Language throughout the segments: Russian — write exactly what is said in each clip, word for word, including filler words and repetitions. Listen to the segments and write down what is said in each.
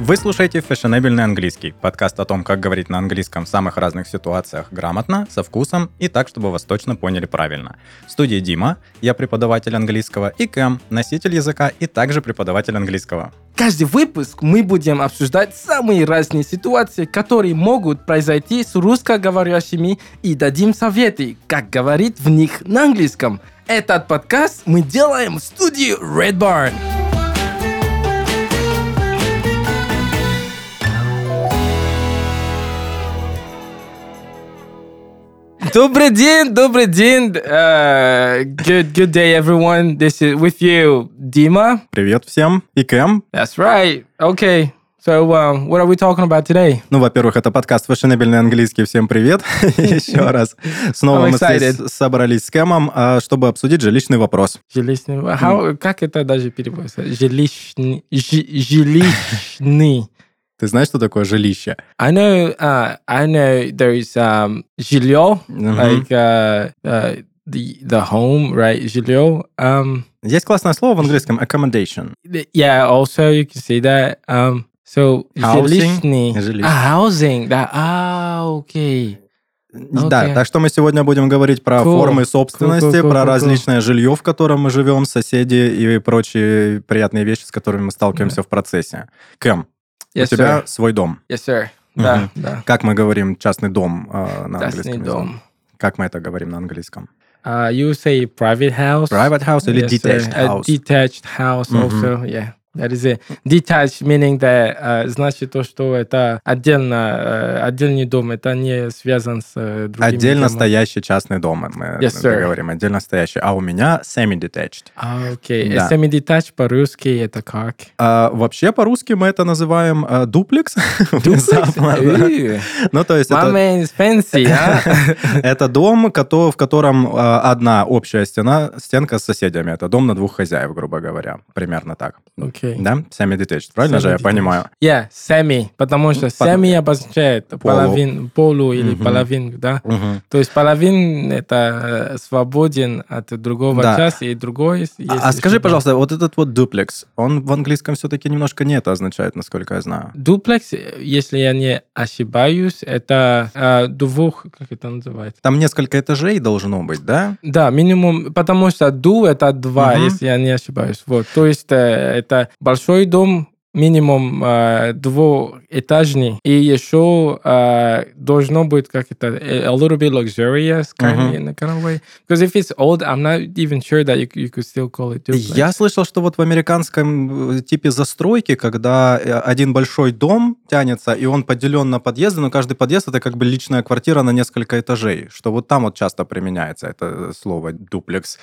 Вы слушаете «Фешенебельный английский» — подкаст о том, как говорить на английском в самых разных ситуациях грамотно, со вкусом и так, чтобы вас точно поняли правильно. В студии Дима, я преподаватель английского, и Кэм, носитель языка и также преподаватель английского. Каждый выпуск мы будем обсуждать самые разные ситуации, которые могут произойти с русскоговорящими, и дадим советы, как говорить в них на английском. Этот подкаст мы делаем в студии Red Barn. Добрый день, добрый день. Uh, good, good day, everyone. This is with you, Dima. Привет всем. И Кэм. That's right. Okay. So, um, what are we talking about today? Ну, во-первых, это подкаст «Фешенебельный английский». Всем привет. Еще раз. Снова мы здесь собрались с Кэмом, чтобы обсудить жилищный вопрос. Жилищный. How, как это даже переводится? Жилищный. Жилищный. Ты знаешь, что такое жилище? I know, uh, I know there's um, жилье, mm-hmm. like uh, uh, the the home, right? Жилье. Um, Есть классное слово в английском accommodation. Yeah, also you can see that. Um, so housing. Жилищный. Ah, housing. That. Ah, okay. Да, okay. так что мы сегодня будем говорить про cool. формы собственности, cool, cool, cool, cool, про cool. различное жилье, в котором мы живем, соседи и прочие приятные вещи, с которыми мы сталкиваемся yeah. в процессе. Кэм. Yes, У тебя sir. свой дом. Yes, sir. Uh-huh. Да, да. Как мы говорим частный дом э, на частный английском? Дом. Как мы это говорим на английском? Uh, you say private house. Private house или yes, detached sir. house? A detached house uh-huh. also, yeah. That is it. Detached meaning that uh, значит то, что это отдельно, uh, отдельный дом, это не связан с uh, другими Отдельно домами. стоящий частный дом, мы yes, говорим, отдельно стоящий. А у меня semi-detached. А, окей. Да. Semi-detached по-русски это как? А, вообще по-русски мы это называем uh, дуплекс. Duplex? Ну, то есть My это... man is fancy, а? Это дом, в котором uh, одна общая стена, стенка с соседями. Это дом на двух хозяев, грубо говоря. Примерно так. Окей. Okay. Да? Semi-detached. Правильно же я понимаю? Yeah, semi. Потому что semi обозначает половину, полу или uh-huh. половину, да? Uh-huh. То есть половин это свободен от другого да. части, и другой... А, а скажи, пожалуйста, вот этот вот дуплекс, он в английском все-таки немножко не это означает, насколько я знаю. Дуплекс, если я не ошибаюсь, это э, двух... Как это называется? Там несколько этажей должно быть, да? Да, минимум, потому что ду это два, uh-huh. если я не ошибаюсь. Вот, то есть э, это большой дом, минимум э, двухэтажный, и еще э, должно быть как это a little bit luxurious kind, uh-huh. in a kind of way. Because if it's old, I'm not even sure that you, you could still call it duplex. Я слышал, что вот в американском типе застройки, когда один большой дом тянется, и он поделен на подъезды, но каждый подъезд это как бы личная квартира на несколько этажей, что вот там вот часто применяется это слово дуплекс,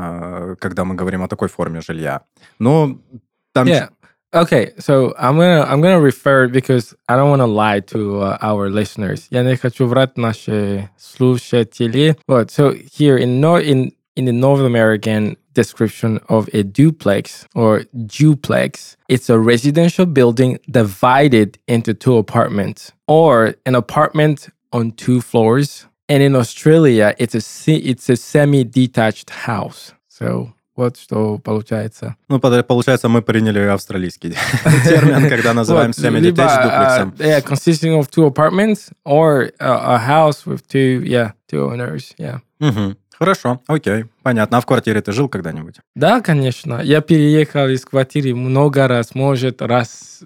когда мы говорим о такой форме жилья. Но там... Yeah. Okay, so I'm gonna I'm gonna refer because I don't want to lie to uh, our listeners. Я не хочу врать наши слушатели. But so here in North in in the North American description of a duplex or duplex, it's a residential building divided into two apartments or an apartment on two floors. And in Australia, it's a it's a semi-detached house. So вот что получается. Ну, получается, мы приняли австралийский термин, когда называем semi-detached дуплексом. Yeah, consisting of two apartments or a house with two, yeah, two owners, yeah. Угу. Хорошо, окей, понятно. А в квартире ты жил когда-нибудь? Да, конечно. Я переехал из квартиры много раз, может, раз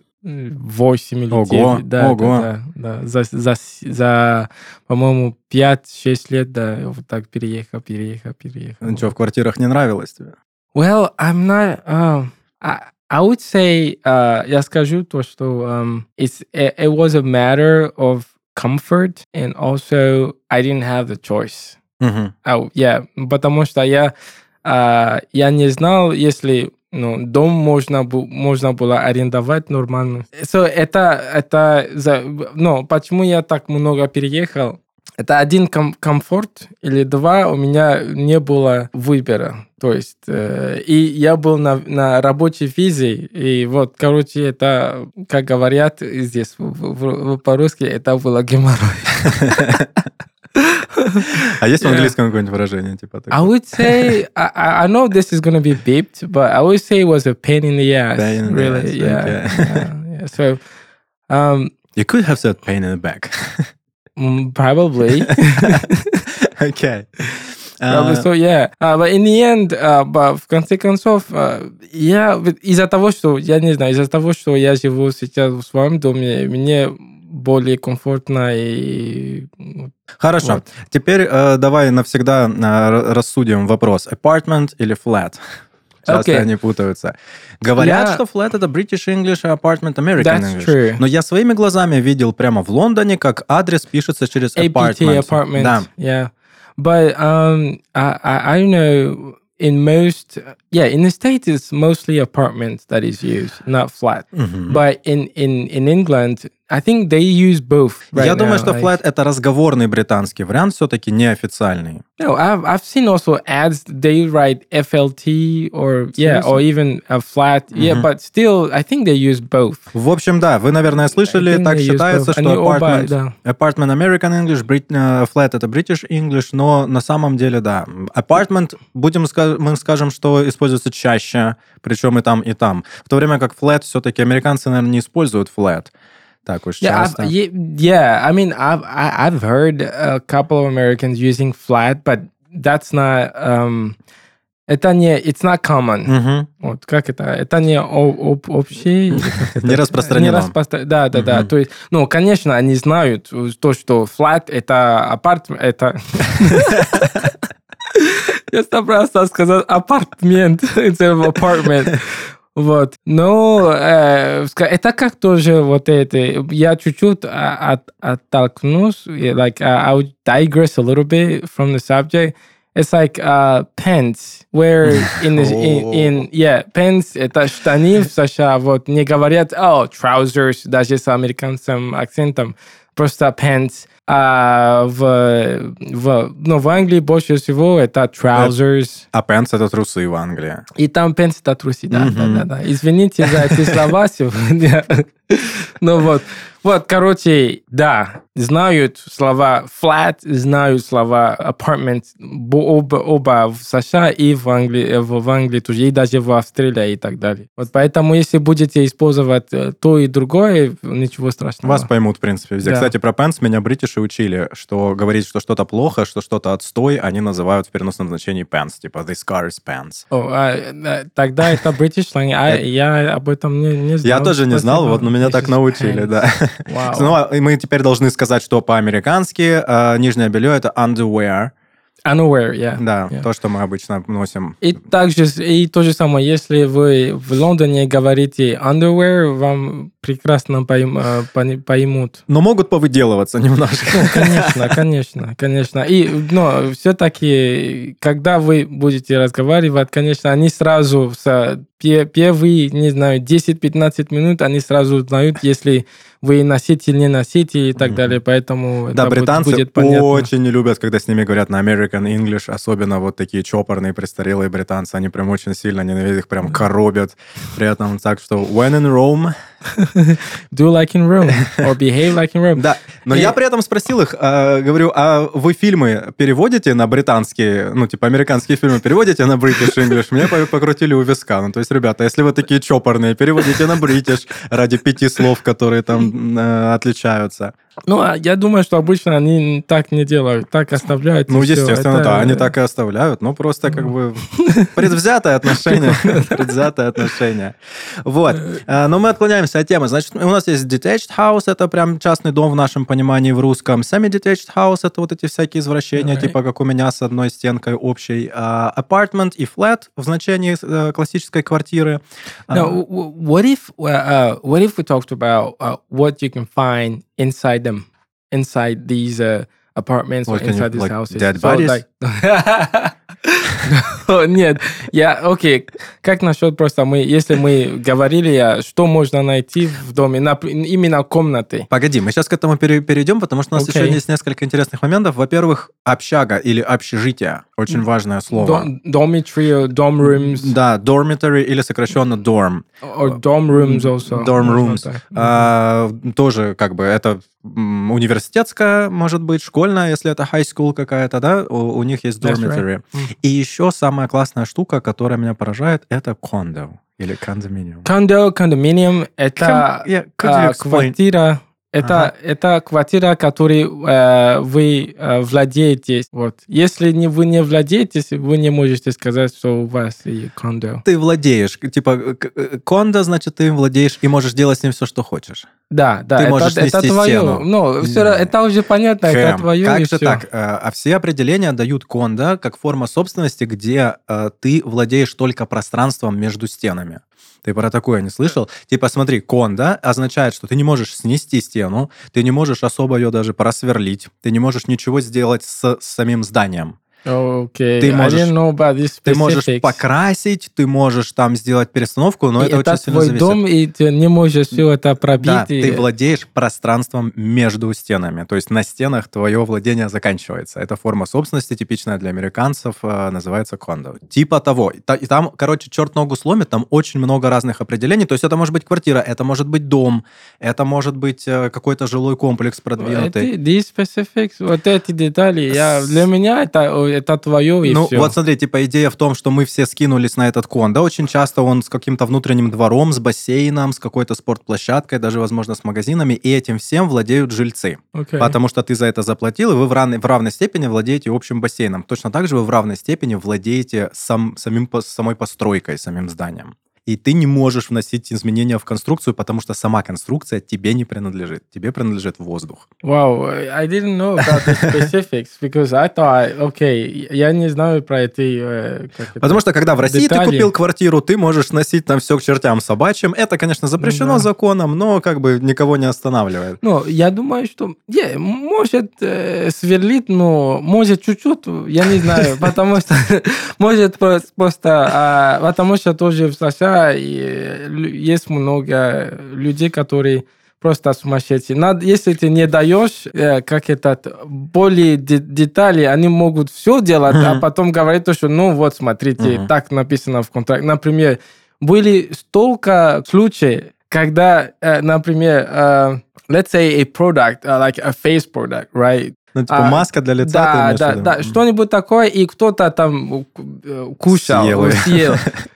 восемь или девять. Да, ого. Да, да, да. За, за, за, по-моему, пять-шесть лет, да, вот так переехал, переехал, переехал. Ну что, в квартирах не нравилось тебе? Well, I'm not... Um, I, I would say, uh, я скажу то, что um, it's, it, it was a matter of comfort, and also I didn't have the choice. Uh-huh. I, yeah, потому что я, uh, я не знал, если... Ну, дом можно, можно было арендовать нормально. So, это, это, ну, почему я так много переехал? Это один ком- комфорт, или два, у меня не было выбора. То есть, э, и я был на, на рабочей визе, и вот, короче, это, как говорят здесь в, в, в, по-русски, это было геморрой. А есть в английском какое-нибудь выражение типа такое? I would say, I, I know this is going to be beeped, but I would say it was a pain in the ass. Pain in the really, ass, yeah, okay. yeah, yeah. So, Um, You could have said pain in the back. Probably. Okay. Probably so, yeah. Uh, but in the end, uh, but в конце концов, uh, я из-за того, что, я не знаю, из-за того, что я живу сейчас в своем доме, мне более комфортно и... Хорошо. Вот. Теперь э, давай навсегда э, рассудим вопрос. Apartment или flat? Часто Okay. они путаются. Говорят, Я... что flat — это British English, а apartment — American That's English. True. Но я своими глазами видел прямо в Лондоне, как адрес пишется через apartment. A P T, apartment. Да. Yeah. But um, I, I, I know in most, yeah, in the States it's mostly apartments that is used, not flat. Mm-hmm. But in, in, in England, I think they use both right Я now. думаю, что like... flat — это разговорный британский вариант, все-таки неофициальный. No, I've I've seen also ads. They write F L T or yeah, or even a flat. Mm-hmm. Yeah, but still, I think they use both. В общем, да, вы, наверное, слышали, так считается, что apartment, да. apartment American English, Brit, uh, flat — это British English, но на самом деле, да, apartment, будем мы скажем, что используется чаще, причем и там, и там. В то время как flat все-таки американцы, наверное, не используют flat. Так уж yeah, часто. I've, yeah, I mean, I've I, I've heard a couple of Americans using flat, but that's not. Um, это не, it's not common. Mm-hmm. Вот как это? Это не об, общее. Не распространено. Не распространено. Да, да, да. То есть, ну, конечно, они знают то, что flat это апартмент, это. Я просто сказал апартмент, instead of apartment. Вот. Но э, это как тоже вот это. Я чуть-чуть от, оттолкнусь. Like, uh, I would digress a little bit from the subject. It's like uh, pants, where in, the, in, in yeah, pants это штаны в США. Вот не говорят, oh, trousers, даже с американским акцентом. Просто pants. А в, в, ну, в Англии больше всего это trousers. А pants — это трусы в Англии. И там pants — это трусы, да, Mm-hmm. да, да, да. Извините за эти слова сегодня. Ну вот. Вот, короче, да, знают слова flat, знают слова apartment, оба, оба в США и в Англии, в, в Англии тоже, и даже в Австралии и так далее. Вот поэтому, если будете использовать то и другое, ничего страшного. Вас поймут, в принципе, везде. Да. Кстати, про pants меня бритиши учили, что говорить, что что-то плохо, что что-то отстой, они называют в переносном значении pants, типа this car is pants. О, а, тогда это British slang, а я об этом не, не знал. Я тоже не знал, вот, но меня так научили, да. Wow. Ну, и мы теперь должны сказать, что по-американски э, нижнее белье — это underwear. Underwear, yeah. Да, yeah. то, что мы обычно носим. И также, и то же самое, если вы в Лондоне говорите underwear, вам прекрасно пойм, поймут. Но могут повыделываться немножко. Ну, конечно, конечно, конечно. И, но все-таки, когда вы будете разговаривать, конечно, они сразу с первые, не знаю, десять-пятнадцать минут, они сразу узнают, если вы носите, не носите и так mm-hmm. далее, поэтому да, это британцы будет понятно. Очень не любят, когда с ними говорят на American English, особенно вот такие чопорные, престарелые британцы, они прям очень сильно ненавидят, их прям коробят. При этом так, что when in Rome... Do like in Rome, or behave like in Rome. Да, но и... я при этом спросил их, э, говорю, а вы фильмы переводите на британские, ну, типа, американские фильмы переводите на British English? Мне покрутили у виска. Ну, то есть, ребята, если вы такие чопорные, переводите на British ради пяти слов, которые там э, отличаются. Ну, я думаю, что обычно они так не делают, так оставляют. Ну, естественно, это... да, они так и оставляют, но просто как бы предвзятое отношение, предвзятое отношение. Вот, но мы отклоняемся от темы. Значит, у нас есть detached house, это прям частный дом в нашем понимании в русском. Semi-detached house, это вот эти всякие извращения, right. типа как у меня с одной стенкой общей. Uh, apartment и flat в значении uh, классической квартиры. Now, uh, what if, uh, what if we talked about uh, what you can find inside them, inside these uh, apartments or like inside you, these like houses? Dead So, bodies? like... Нет, я, окей, как насчет просто мы, если мы говорили, что можно найти в доме, именно комнаты? Погоди, мы сейчас к этому перейдем, потому что у нас okay. еще есть несколько интересных моментов. Во-первых, общага или общежитие, очень важное слово. Dormitory, dorm rooms. Да, dormitory или сокращенно dorm. Or dorm rooms also. Dorm rooms. А, тоже как бы это университетская, может быть, школьная, если это high school какая-то, да, у, у них есть dormitory. Right. И еще самая классная штука, которая меня поражает, это кондо. Или кондоминиум? Кондо, кондоминиум — это Кон- yeah, could you а, explain? квартира. Это, Ага. это квартира, которой э, вы э, владеете. Вот. Если не, вы не владеете, вы не можете сказать, что у вас есть кондо. Ты владеешь, типа, к- э, кондо, значит, ты им владеешь и можешь делать с ним все, что хочешь. Да, да, Ты это, можешь это снести твое. стену. Ну, все, Да. это уже понятно, это Хэм, твое. как и же всё. так? Э, А все определения дают кондо как форма собственности, где э, ты владеешь только пространством между стенами. Ты про такое не слышал? Типа, смотри, кондо означает, что ты не можешь снести стену, ты не можешь особо ее даже просверлить, ты не можешь ничего сделать с самим зданием. Окей, Ты I можешь- didn't know about this Ты можешь specifics. покрасить, ты можешь там сделать перестановку, но И это, очень сильно твой зависит. дом, и ты не можешь все это пробить. Да, и- ты владеешь пространством между стенами. То есть на стенах твое владение заканчивается. Это форма собственности, типичная для американцев, э, называется кондо. Типа того. И та- И там, короче, черт ногу сломит, там очень много разных определений. То есть это может быть квартира, это может быть дом, это может быть э, какой-то жилой комплекс продвинутый. Эти, these specifics, вот эти детали, я, для меня это, о, это твое и Ну, все. вот смотри, типа идея в том, что мы все скинулись на этот кондо. Очень часто он с каким-то внутренним двором, с бассейном, с какой-то спортплощадкой, даже, возможно, с магазинами, и этим всем владеют жильцы. Окей. Потому что ты за это заплатил, и вы в равной, в равной степени владеете общим бассейном. Точно так же вы в равной степени владеете сам, самим, по- самой постройкой, самим зданием. И ты не можешь вносить изменения в конструкцию, потому что сама конструкция тебе не принадлежит. Тебе принадлежит воздух. Wow, I didn't know about the specifics, because I thought, okay, я не знаю про эти... э, как это, Потому что, когда в России детали. ты купил квартиру, ты можешь носить там все к чертям собачьим. Это, конечно, запрещено Ну да. законом, но как бы никого не останавливает. Ну, я думаю, что, yeah, может э, сверлить, но может чуть-чуть, я не знаю, потому что, может прос- просто, а, потому что тоже в США и, лю- есть много людей, которые просто сумасшедшие. Надо, если ты не даешь, э, как этот, более де- детали, они могут все делать, а Мгм. потом говорить, то, что, ну, вот, смотрите, Мгм. так написано в контракте. Например, были столько случаев, когда, э, например, э, let's say a product, uh, like a face product, right? Ну, типа А, маска для лица, ты Да, имеешь в да, виду? да, Мгм. что-нибудь такое, и кто-то там э, кушал, Съел он её. съел.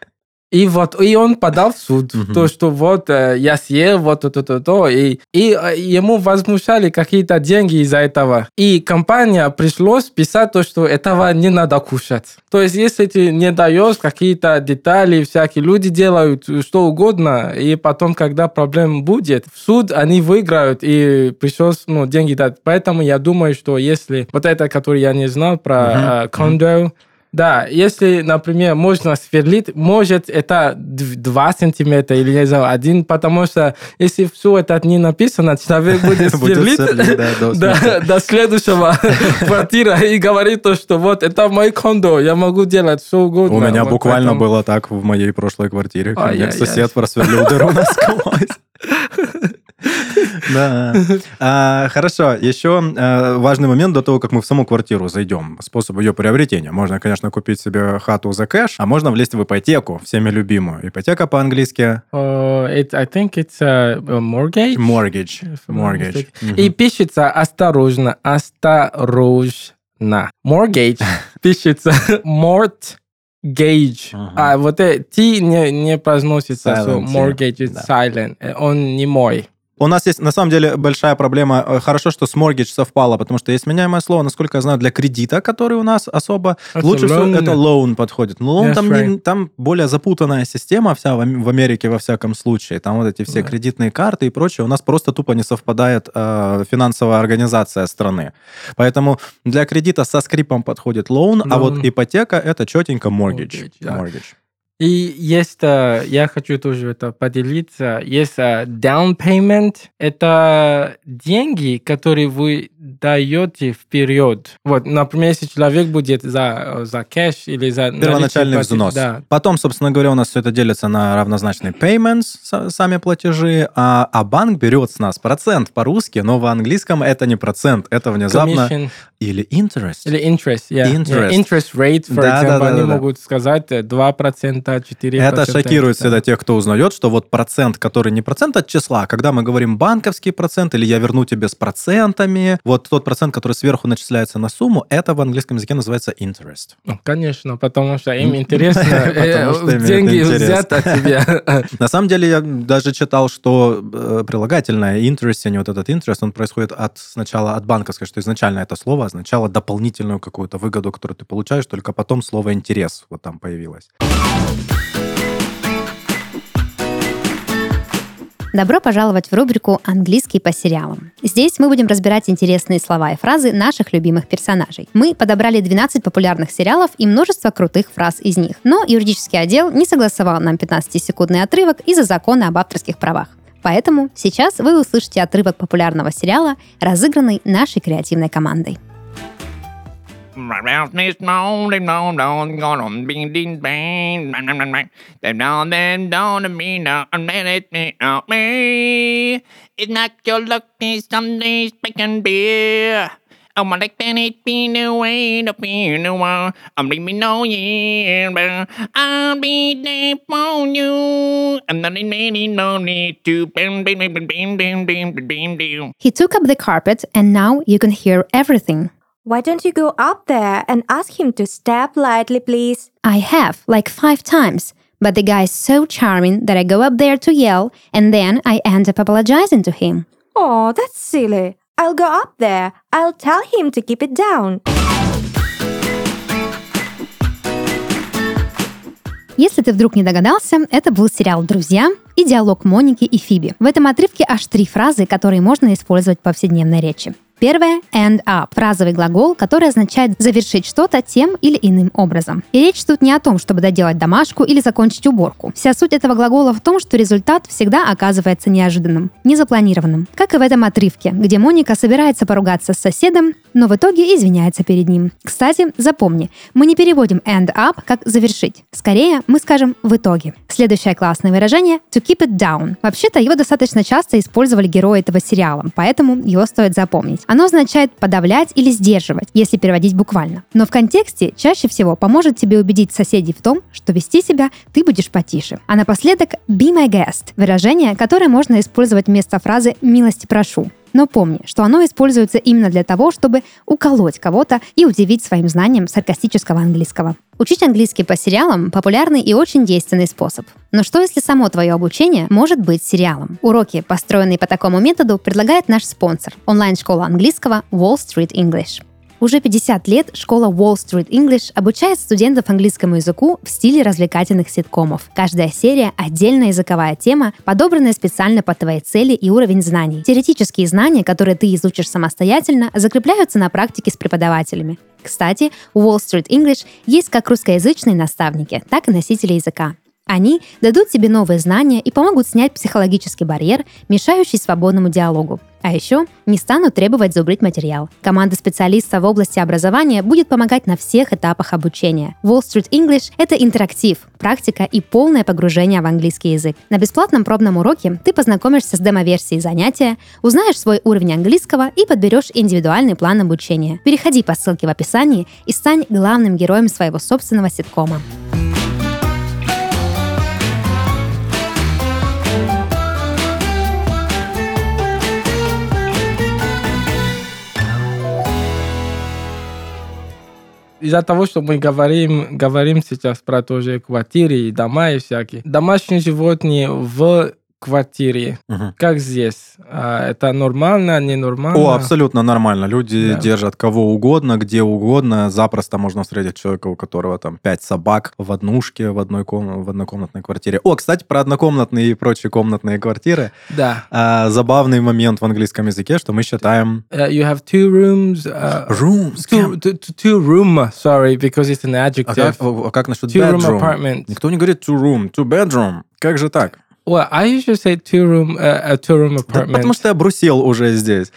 И вот, и он подал в суд, Мгм. то, что вот э, я съел, вот то, то, то, то, и, и э, ему возмущали какие-то деньги из-за этого. И компания пришлось писать то, что этого не надо кушать. То есть, если ты не даешь какие-то детали, всякие люди делают что угодно, и потом, когда проблема будет, в суд они выиграют, и пришлось, ну, деньги дать. Поэтому я думаю, что если вот это, который я не знал про Мгм. э, кондо, да, если, например, можно сверлить, может, это два сантиметра или, не знаю, один, потому что если все это не написано, человек будет Будет сверлить сверлить, да, до до, смерти. до следующего квартира и говорит то, что вот это мой кондо, я могу делать что угодно. У меня Вот буквально поэтому- было так в моей прошлой квартире. Ко мне Ай-яй-яй. сосед просверлил дыру насквозь. Да. А, Хорошо. Еще э, важный момент до того, как мы в саму квартиру зайдем. Способ ее приобретения. Можно, конечно, купить себе хату за кэш, а можно влезть в ипотеку, всеми любимую. Ипотека по-английски Uh, it, I think it's a, a mortgage. mortgage. If I'm not Mortgage. mistaken. И пишется осторожно, осторожно. Mortgage пишется mortgage. Ага. А вот это T не, не произносится, so Silent, mortgage is да. silent. Э, Он не мой. У нас есть, на самом деле, большая проблема. Э, Хорошо, что с mortgage совпало, потому что есть меняемое слово, насколько я знаю, для кредита, который у нас особо. Это Лучше всего loan. это loan подходит. Но loan That's там, не- right. там более запутанная система вся в Ам- в Америке, во всяком случае. Там вот эти все Да. кредитные карты и прочее. У нас просто тупо не совпадает э, финансовая организация страны. Поэтому для кредита со скрипом подходит loan, а вот Loan. ипотека это четенько mortgage. Mortgage, да. Mortgage. И есть, э, я хочу тоже это поделиться, есть э, down payment, это деньги, которые вы даете вперед. Вот, например, если человек будет за, за кэш или за... Первоначальный наличие платить, взнос. Да. Потом, собственно говоря, у нас все это делится на равнозначные payments, с- сами платежи, а, а банк берет с нас процент по-русски, но в английском это не процент, это внезапно... Commission Или interest. или interest, yeah. Interest. Yeah, interest rate, for Да, example, да, да, они да, да. могут сказать э, два процента четыре процента. Это шокирует да. всегда тех, кто узнает, что вот процент, который не процент от числа, когда мы говорим банковский процент или я верну тебе с процентами, вот тот процент, который сверху начисляется на сумму, это в английском языке называется interest. Ну, конечно, потому что им интересно Потому что им это деньги интересно. взять от тебя. На самом деле, я даже читал, что э, прилагательное interest, не вот этот interest, он происходит от сначала от банковской, что изначально это слово означало дополнительную какую-то выгоду, которую ты получаешь, только потом слово интерес вот там появилось. Добро пожаловать в рубрику «Английский по сериалам». Здесь мы будем разбирать интересные слова и фразы наших любимых персонажей. Мы подобрали двенадцать популярных сериалов и множество крутых фраз из них. Но юридический отдел не согласовал нам пятнадцатисекундный отрывок из-за закона об авторских правах. Поэтому сейчас вы услышите отрывок популярного сериала, разыгранный нашей креативной командой. Oh, my like that it be no way to be no one. I'm leaving no year, but I'll be there for you. I'm not in any no need to bam bam bam bam bam bam bam bam bam. He took up the carpet and now you can hear everything. Why don't you go up there and ask him to step lightly, please? I have, like five times. But the guy is so charming that I go up there to yell and then I end up apologizing to him. Oh, that's silly. I'll go up there. I'll tell him to keep it down. Если ты вдруг не догадался, это был сериал «Друзья» и диалог Моники и Фиби. В этом отрывке аж три фразы, которые можно использовать в повседневной речи. Первое – end up – фразовый глагол, который означает завершить что-то тем или иным образом. И речь тут не о том, чтобы доделать домашку или закончить уборку. Вся суть этого глагола в том, что результат всегда оказывается неожиданным, незапланированным. Как и в этом отрывке, где Моника собирается поругаться с соседом, но в итоге извиняется перед ним. Кстати, запомни, мы не переводим end up как «завершить». Скорее, мы скажем «в итоге». Следующее классное выражение – to keep it down. Вообще-то его достаточно часто использовали герои этого сериала, поэтому его стоит запомнить. Оно означает подавлять или сдерживать, если переводить буквально. Но в контексте чаще всего поможет тебе убедить соседей в том, что вести себя ты будешь потише. А напоследок be my guest – выражение, которое можно использовать вместо фразы «милости прошу». Но помни, что оно используется именно для того, чтобы уколоть кого-то и удивить своим знанием саркастического английского. Учить английский по сериалам – популярный и очень действенный способ. Но что, если само твое обучение может быть сериалом? Уроки, построенные по такому методу, предлагает наш спонсор – онлайн-школа английского Wall Street English. Уже пятьдесят лет школа Wall Street English обучает студентов английскому языку в стиле развлекательных ситкомов. Каждая серия – отдельная языковая тема, подобранная специально под твои цели и уровень знаний. Теоретические знания, которые ты изучишь самостоятельно, закрепляются на практике с преподавателями. Кстати, у Wall Street English есть как русскоязычные наставники, так и носители языка. Они дадут тебе новые знания и помогут снять психологический барьер, мешающий свободному диалогу. А еще не станут требовать зубрить материал. Команда специалистов в области образования будет помогать на всех этапах обучения. Wall Street English – это интерактив, практика и полное погружение в английский язык. На бесплатном пробном уроке ты познакомишься с демо-версией занятия, узнаешь свой уровень английского и подберешь индивидуальный план обучения. Переходи по ссылке в описании и стань главным героем своего собственного ситкома. Из-за того, что мы говорим, говорим сейчас про тоже квартиры и дома и всякие. Домашние животные в квартире. Угу. Как здесь? А, это нормально, ненормально? О, абсолютно нормально. Люди Да. держат кого угодно, где угодно. Запросто можно встретить человека, у которого там пять собак в однушке, в, одной ком... в однокомнатной квартире. О, кстати, про однокомнатные и прочие комнатные квартиры. Да. А, забавный момент в английском языке, что мы считаем... Uh, you have two rooms. Uh, Rooms. two, two, two room, sorry, because it's an А adjective. как, а как насчет Two room bedroom? apartment. Никто не говорит two room, two bedroom. Как же так? Well, I usually say two room, uh, a two room Да apartment. потому что я брусил уже здесь.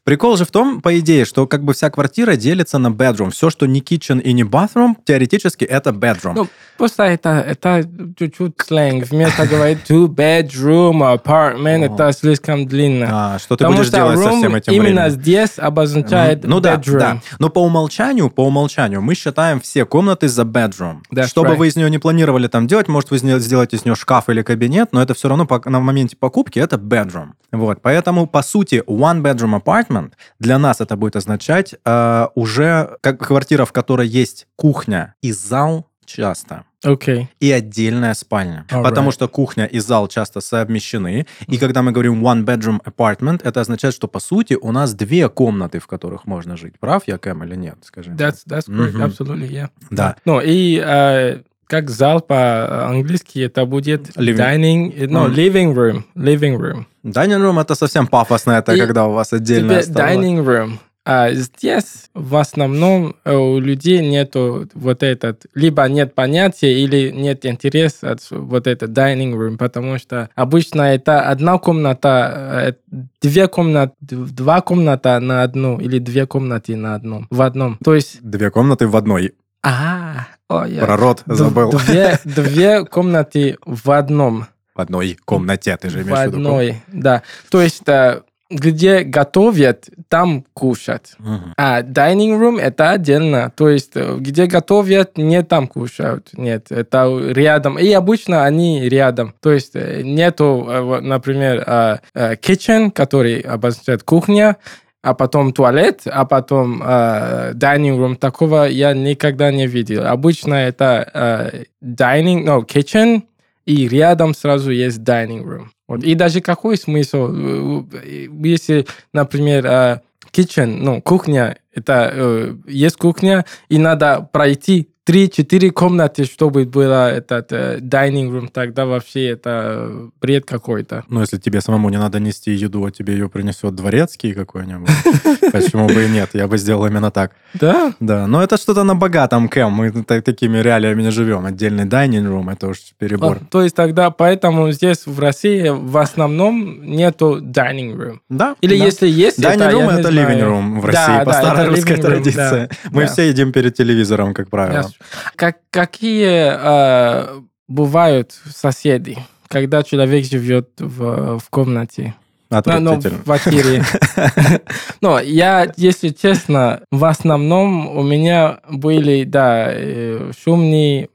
Прикол же в том, по идее, что как бы вся квартира делится на bedroom. Все, что не kitchen и не bathroom, теоретически это bedroom. Ну, просто это, это чуть-чуть сленг. Вместо говорить two-bedroom apartment, это слишком длинно. А, что ты Потому будешь что делать со room всем этим именно временем? здесь обозначает Ну да, bedroom. да. Но по умолчанию, по умолчанию мы считаем все комнаты за bedroom. That's Что бы right. вы из нее не планировали там делать, может, вы сделаете из нее шкаф или кабинет, но это все равно по- на моменте покупки это bedroom. Вот, поэтому, по сути, one bedroom apartment для нас это будет означать э, уже как квартира, в которой есть кухня и зал часто. Окей. И отдельная спальня. Alright. Потому что кухня и зал часто совмещены. И когда мы говорим one bedroom apartment, это означает, что, по сути, у нас две комнаты, в которых можно жить. Прав я, Кэм, или нет? Скажи. That's, that's correct. Мгм. Absolutely, yeah. Да. Ну, и э, как зал по-английски, это будет Living. dining, э, no, Мгм. living room, living room. Dining room это совсем пафосно, это И когда у вас отдельная Теперь столовая. dining room. А здесь в основном э, у людей нету вот этот, либо нет понятия, или нет интереса от вот это dining room, потому что обычно это одна комната, э, две комнаты, два комната на одну, или две комнаты на одном, в одном. То есть, Две комнаты в одной. а, о, я... Про рот Д- забыл. Две, две комнаты в одном. В одной комнате, ты же В имеешь в виду? одной, да. То есть, э, где готовят, там кушать. Мгм. А dining room это отдельно. То есть, э, где готовят, не там кушают. Нет, это рядом. И обычно они рядом. То есть, э, нету, э, вот, например, э, э, kitchen, который обозначает кухня, а потом туалет, а потом э, dining room. Такого я никогда не видел. Обычно это э, dining, no, kitchen, и рядом сразу есть dining room. Вот. И даже какой смысл, э, если, например, э, kitchen, ну, кухня, это э, есть кухня, и надо пройти три-четыре комнаты, чтобы было этот э, dining room, тогда вообще это бред какой-то. Ну, если тебе самому не надо нести еду, а тебе ее принесет дворецкий какой-нибудь, почему бы и нет? Я бы сделал именно так. Да? Да, но это что-то на богатом, Кэм. Мы та- такими реалиями не живем. Отдельный dining room, это уж перебор. А, то есть тогда поэтому здесь в России в основном нету dining room. Да. Или да. если есть, Dining это, room я не это знаю. living room в Да, России, по да, старой это русской living room, традиции. да, Мы да. все едим перед телевизором, как правило. Yes. Как, какие э, бывают соседи, когда человек живет в, в комнате? Ну, ну, Отвратительно. в квартире. Но я, если честно, в основном у меня были, да, э, шумные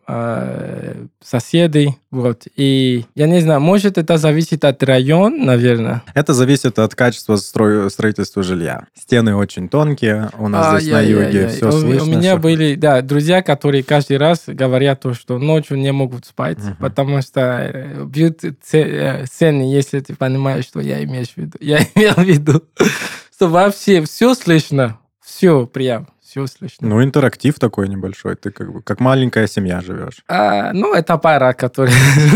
э, соседи, вот. И я не знаю, может, это зависит от района, наверное. Это зависит от качества строй- строительства жилья. Стены очень тонкие, у нас здесь на юге Ай-яй-яй-яй. все у, слышно. у меня всё. были, да, друзья, которые каждый раз говорят то, что ночью не могут спать, Мгм. потому что э, бьют це- э, цены, если ты понимаешь, что я имею в виду. Я имел в виду, что вообще все слышно, все прям, все слышно. Ну, интерактив такой небольшой. Ты как бы как маленькая семья живешь. А, ну, это пара, которая...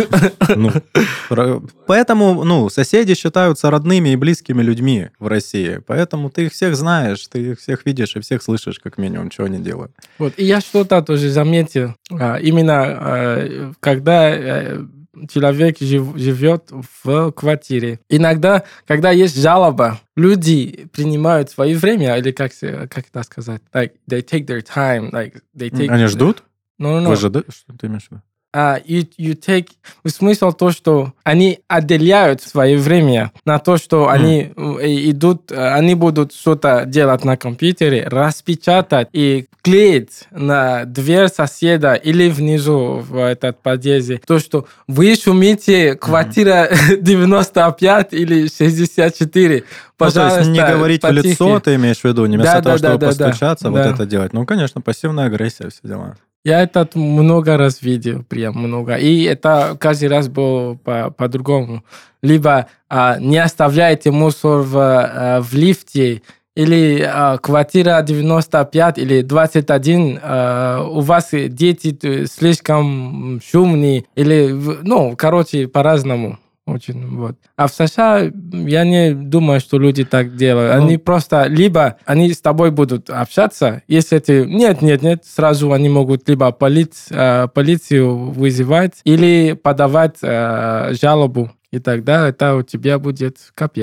Ну, про- поэтому, ну, соседи считаются родными и близкими людьми в России. Поэтому ты их всех знаешь, ты их всех видишь и всех слышишь, как минимум, чего они делают. Вот. И я что-то тоже заметил. А, именно а, когда э, человек жив- живет в квартире. Иногда, когда есть жалоба, люди принимают свое время, или как, се- как это сказать? Like, they take their time. Like, they take... Они ждут? No, no, no. Вы же, да? Что ты имеешь в виду? А, you, you take... Смысл то, что они отделяют свое время на то, что они э, идут, э, они будут что-то делать на компьютере, распечатать и клеить на дверь соседа или внизу в этот подъезде. То, что вы шумите, квартира девяносто пять или шестьдесят четыре. Ну, то Пожалуйста, есть не говорить в потише. лицо, ты имеешь в виду, не вместо Да, того, да, чтобы да, да, да. постучаться, вот Да. это делать. Ну, конечно, пассивная агрессия, все дела. Я это много раз видел, прям много. И это каждый раз было по- по-другому. Либо а, не оставляйте мусор в, а, в лифте, или а, квартира девяносто пять или двадцать один, а, у вас дети слишком шумные, или, в- ну, короче, по-разному. Очень, вот. А в США я не думаю, что люди так делают. Ну. Они просто либо они с тобой будут общаться, если ты нет, нет, нет, сразу они могут либо полиц, э, полицию вызывать или подавать э, жалобу, и тогда это у тебя будет капец.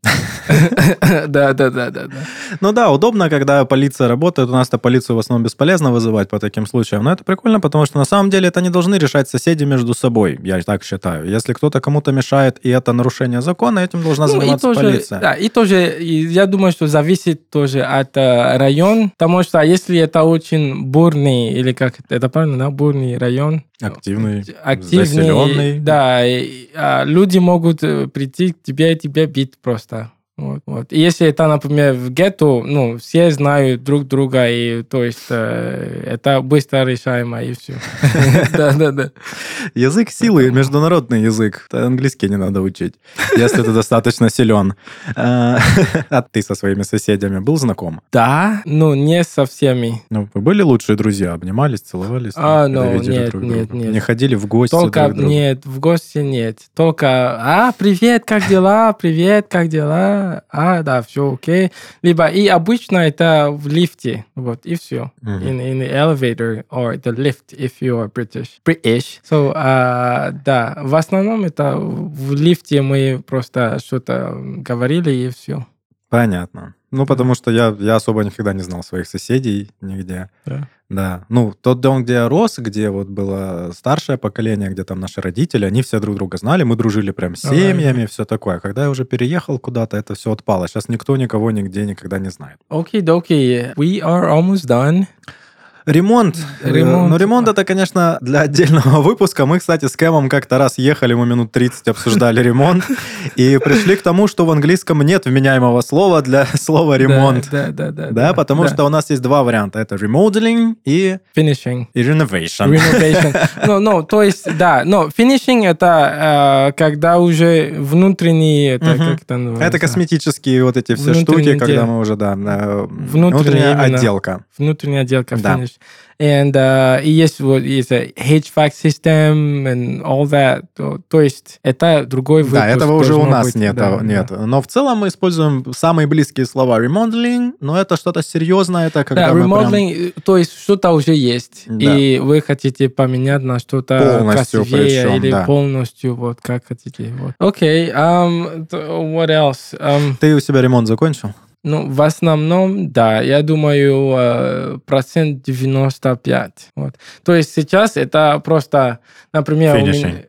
Да, да, да, да, да. Ну да, удобно, когда полиция работает. У нас-то полицию в основном бесполезно вызывать по таким случаям. Но это прикольно, потому что на самом деле это не должны решать соседи между собой, я так считаю. Если кто-то кому-то мешает, и это нарушение закона, этим должна Ну, и заниматься тоже, полиция. да, и тоже, и я думаю, что зависит тоже от э, района, потому что если это очень бурный, или как это, это правильно, да, бурный район, Активный, активный, заселенный. да, и, а, люди могут э, прийти к тебе и тебя бить просто. Вот, вот. И если это, например, в гетто, ну, все знают друг друга, и то есть э, это быстро решаемо, и все. Да-да-да. Язык силы, международный язык. Английский не надо учить, если ты достаточно силен. А ты со своими соседями был знаком? Да, но не со всеми. Ну, вы были лучшие друзья? Обнимались, целовались? А, когда ну, видели нет, друг нет, друга? нет. Не ходили в гости Только, друг к другу? нет, в гости нет. Только, а, привет, как дела? Привет, как дела? А, да, все окей. Либо, и обычно это в лифте, вот, и все. Мгм. In, in the elevator or the lift, if you are British. British. So, а, да, в основном это в лифте мы просто что-то говорили, и все. Понятно. Ну, потому что я, я особо никогда не знал своих соседей нигде. Да. Да. Ну, тот дом, где я рос, где вот было старшее поколение, где там наши родители, они все друг друга знали, мы дружили прям с Ага. семьями, все такое. Когда я уже переехал куда-то, это все отпало. Сейчас никто никого нигде никогда не знает. Окей-доки, we are almost done. Ремонт. Ремонт. Э, Ну, ремонт это, конечно, для отдельного выпуска. Мы, кстати, с Кэмом как-то раз ехали, мы минут тридцать обсуждали ремонт, и пришли к тому, что в английском нет вменяемого слова для слова ремонт. Да, да, да. Да, потому да. что у нас есть два варианта. Это remodeling и, Finishing. и renovation. Renovation. Ну, ну, то есть, да, но finishing это э, когда уже внутренний, это Мгм. как это называется? Это косметические вот эти все Внутренние штуки, когда дела. мы уже, да, э, Внутренняя внутренняя именно. отделка. Внутренняя отделка, Да. finish. And, uh, и есть вот есть a эйч ви эй си system and all that. То, то есть это другой выпуск. Да, этого уже у должно нас быть, нет, да, а, нет. Но в целом мы используем самые близкие слова remodeling, но это что-то серьезное, это когда Да, мы прям remodeling, то есть что-то уже есть, Да. и вы хотите поменять на что-то Полностью красивее причем, или да. полностью, вот как хотите. Вот. Окей, um, what else? Um, Ты у себя ремонт закончил? ну, в основном, да, я думаю, э, процент девяносто пять. Вот. То есть сейчас это просто, например... Finishing.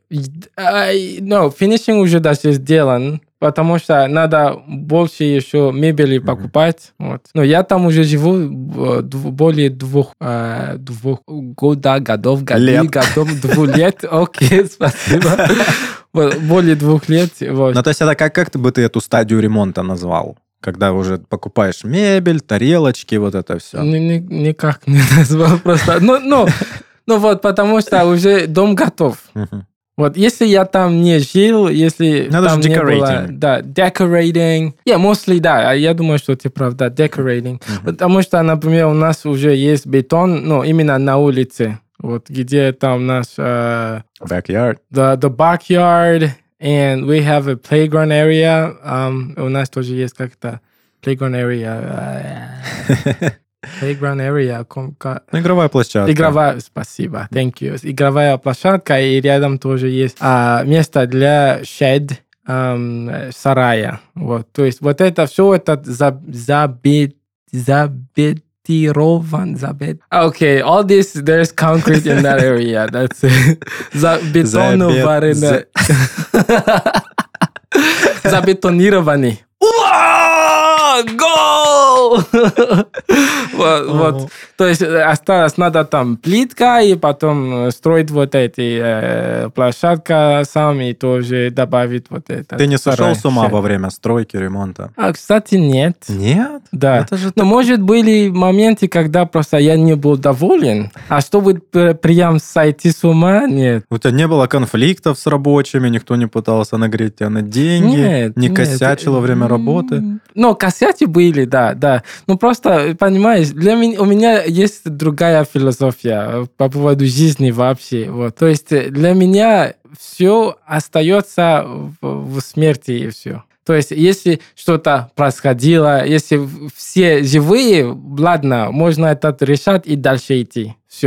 Ну, финишинг уже даже сделан, потому что надо больше еще мебели покупать. Вот. Но я там уже живу э, дв- более двух, э, двух года, годов, годы, Лет. годов, двух лет. Окей, спасибо. Вот, более двух лет. Вот. Ну, то есть это как, как ты бы ты эту стадию ремонта назвал? Когда уже покупаешь мебель, тарелочки, вот это все. Ни- ни- Никак не назвал просто. Ну, ну, ну вот, потому что уже дом готов. Вот, если я там не жил, если Надо там же не было... decorating. Да, decorating. Yeah, mostly, да. Я думаю, что ты прав, да, decorating. Потому что, например, у нас уже есть бетон, ну, именно на улице. Вот, где там наш... э, Backyard. the, the backyard, and we have a playground area. Um, у нас тоже есть как-то playground area. э, Playground area. ком- ка- Ну, игровая площадка. Игровая, спасибо, thank you. Игровая площадка, и рядом тоже есть а, место для shed, ам, сарая. Вот, то есть вот это все это за, забит, забетирован, забет. Okay, all this, there's concrete in that area, that's it. Забетонировано. Забетонированный. Уа! Гол! Вот, вот. То есть осталось, надо там плитка, и потом строить вот эти э, площадка сам, и тоже добавить вот это. Ты не сошел сарай. с ума во время стройки, ремонта? А, кстати, нет. Нет? Да. Это же Но, может, были моменты, когда просто я не был доволен. А чтобы пр- прям сойти с ума, нет. У тебя не было конфликтов с рабочими, никто не пытался нагреть тебя на деньги, Нет, не нет. косячил во время работы? Ну, косяти были, да, да. Ну, просто, понимаешь, для меня, у меня есть другая философия по поводу жизни вообще. Вот. То есть для меня все остается в, в смерти и все. То есть, если что-то происходило, если все живые, ладно, можно это решать и дальше идти. Все.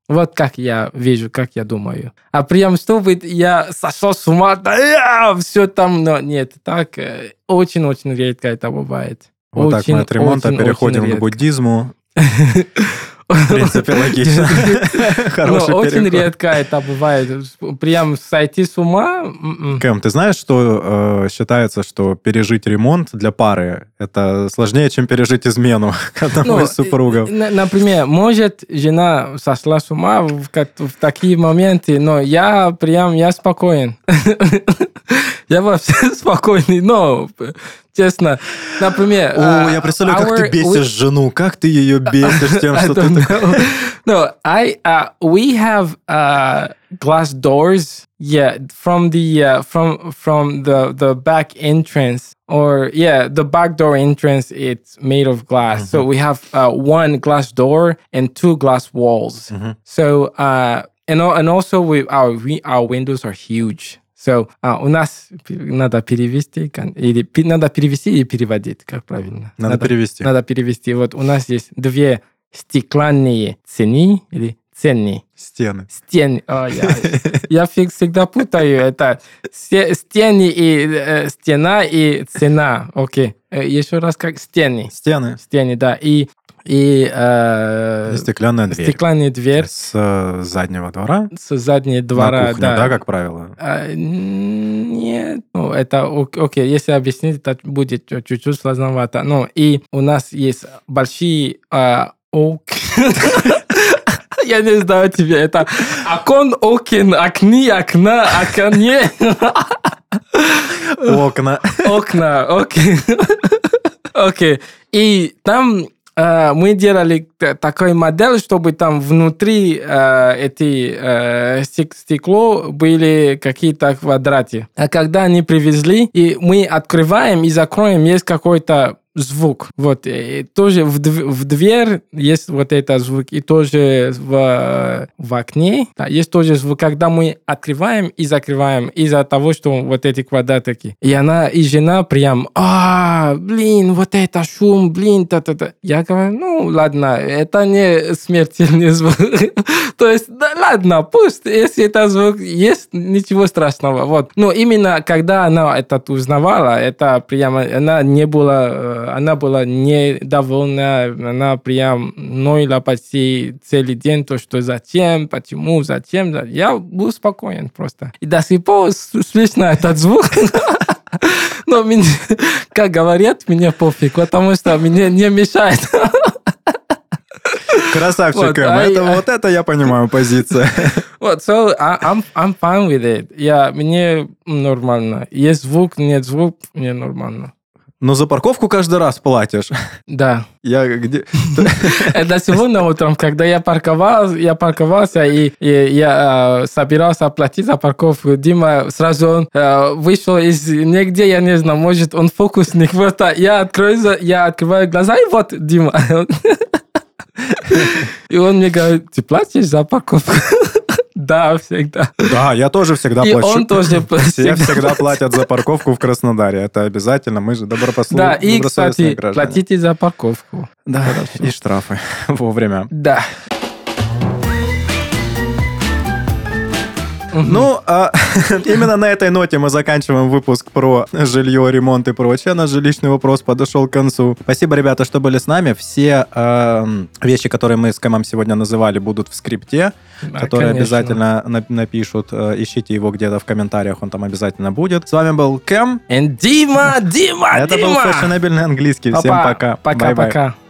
Вот как я вижу, как я думаю. А прям, чтобы я сошел с ума, да, все там, но нет, так э, очень-очень редко это бывает. Вот так мы от ремонта очень, переходим очень к буддизму. В принципе, логично. Хороший Но очень переход. редко это бывает. Прям сойти с ума. м-м. Кэм, ты знаешь, что э, считается, что пережить ремонт для пары это сложнее, чем пережить измену одному Ну, из супругов? на- Например, может, жена сошла с ума в, как- в такие моменты, но я прям, я спокоен. Я вообще спокойный, но, честно, например... О, я представляю, как ты our- бесишь жену, как ты ее бесишь тем, I что ты... don't know. No, I uh, we have uh, glass doors. Yeah, from the uh, from from the the back entrance, or yeah, the back door entrance. It's made of glass. So we have uh, one glass door and two glass walls. So uh, and al- and also we our we, our windows are huge. So uh, у нас пи- надо перевести кон- или пи- надо перевести или переводить, как правильно? Надо перевести. Надо перевести. Вот у нас есть две стеклянные цены или цены. Стены. Стены. О, я, я фиг- всегда путаю. Это се- стены и э, стена и цена. Окей. Э, Еще раз как стены. Стены. Стены, да. И, и э, И стеклянная дверь. стеклянная дверь С э, заднего двора с задней двора. на кухню, да. да, как правило? А, н- Нет, ну, это ок- окей, если объяснить, это будет чуть-чуть сложновато. Ну, и у нас есть большие а, ок... Я не знаю тебе, это окон, окон, окни, окна, окне, Окна. окна, окей. Окей. И там э, мы делали т- такой модель, чтобы там внутри э, эти э, стек- стекло были какие-то квадраты. А когда они привезли, и мы открываем и закроем, есть какой-то звук. Вот. И тоже в, дв- в дверь есть вот этот звук. И тоже в, в окне да, есть тоже звук, когда мы открываем и закрываем из-за того, что вот эти квадратики. И она, и жена прям, а, блин, вот это шум, блин, та-та-та. Я говорю, ну, ладно, это не смертельный звук. То есть, да ладно, пусть, если это звук есть, ничего страшного. Вот. Но именно когда она это узнавала, это прямо, она не была, она была недовольна, она прям ноила почти целый день, то, что зачем, почему, зачем. Я был спокоен просто. И до сих пор слышно этот звук. Но мне, как говорят, мне пофиг, потому что мне не мешает. Красавчик, Вот, Кэм. а Это, я- вот это я понимаю позиция. Вот, so I, I'm, I'm fine with it. Я, мне нормально. Есть звук, нет звук, мне нормально. Но за парковку каждый раз платишь. Да. Я где... Это сегодня утром, когда я парковал, я парковался и, и я э, собирался оплатить за парковку. Дима сразу он, э, вышел из нигде, я не знаю, может он фокусник. Вот, а я открою, за- я открываю глаза и вот Дима. И он мне говорит, ты платишь за парковку? Да, всегда. Да, я тоже всегда И плачу. он тоже Все всегда. всегда платят за парковку в Краснодаре. Это обязательно. Мы же добропослу... Да, и, добросовестные кстати, граждане. платите за парковку. Да, и штрафы вовремя. Да. Ну, а, именно на этой ноте мы заканчиваем выпуск про жилье, ремонт и прочее. Наш жилищный вопрос подошел к концу. Спасибо, ребята, что были с нами. Все э, вещи, которые мы с Кэмом сегодня называли, будут в скрипте, Да, которые конечно. обязательно на- напишут. Э, Ищите его где-то в комментариях, он там обязательно будет. С вами был Кэм. And Дима, Дима, Это был Дима! фешенебельный английский. Всем Папа, пока. Пока, Бай-бай. пока.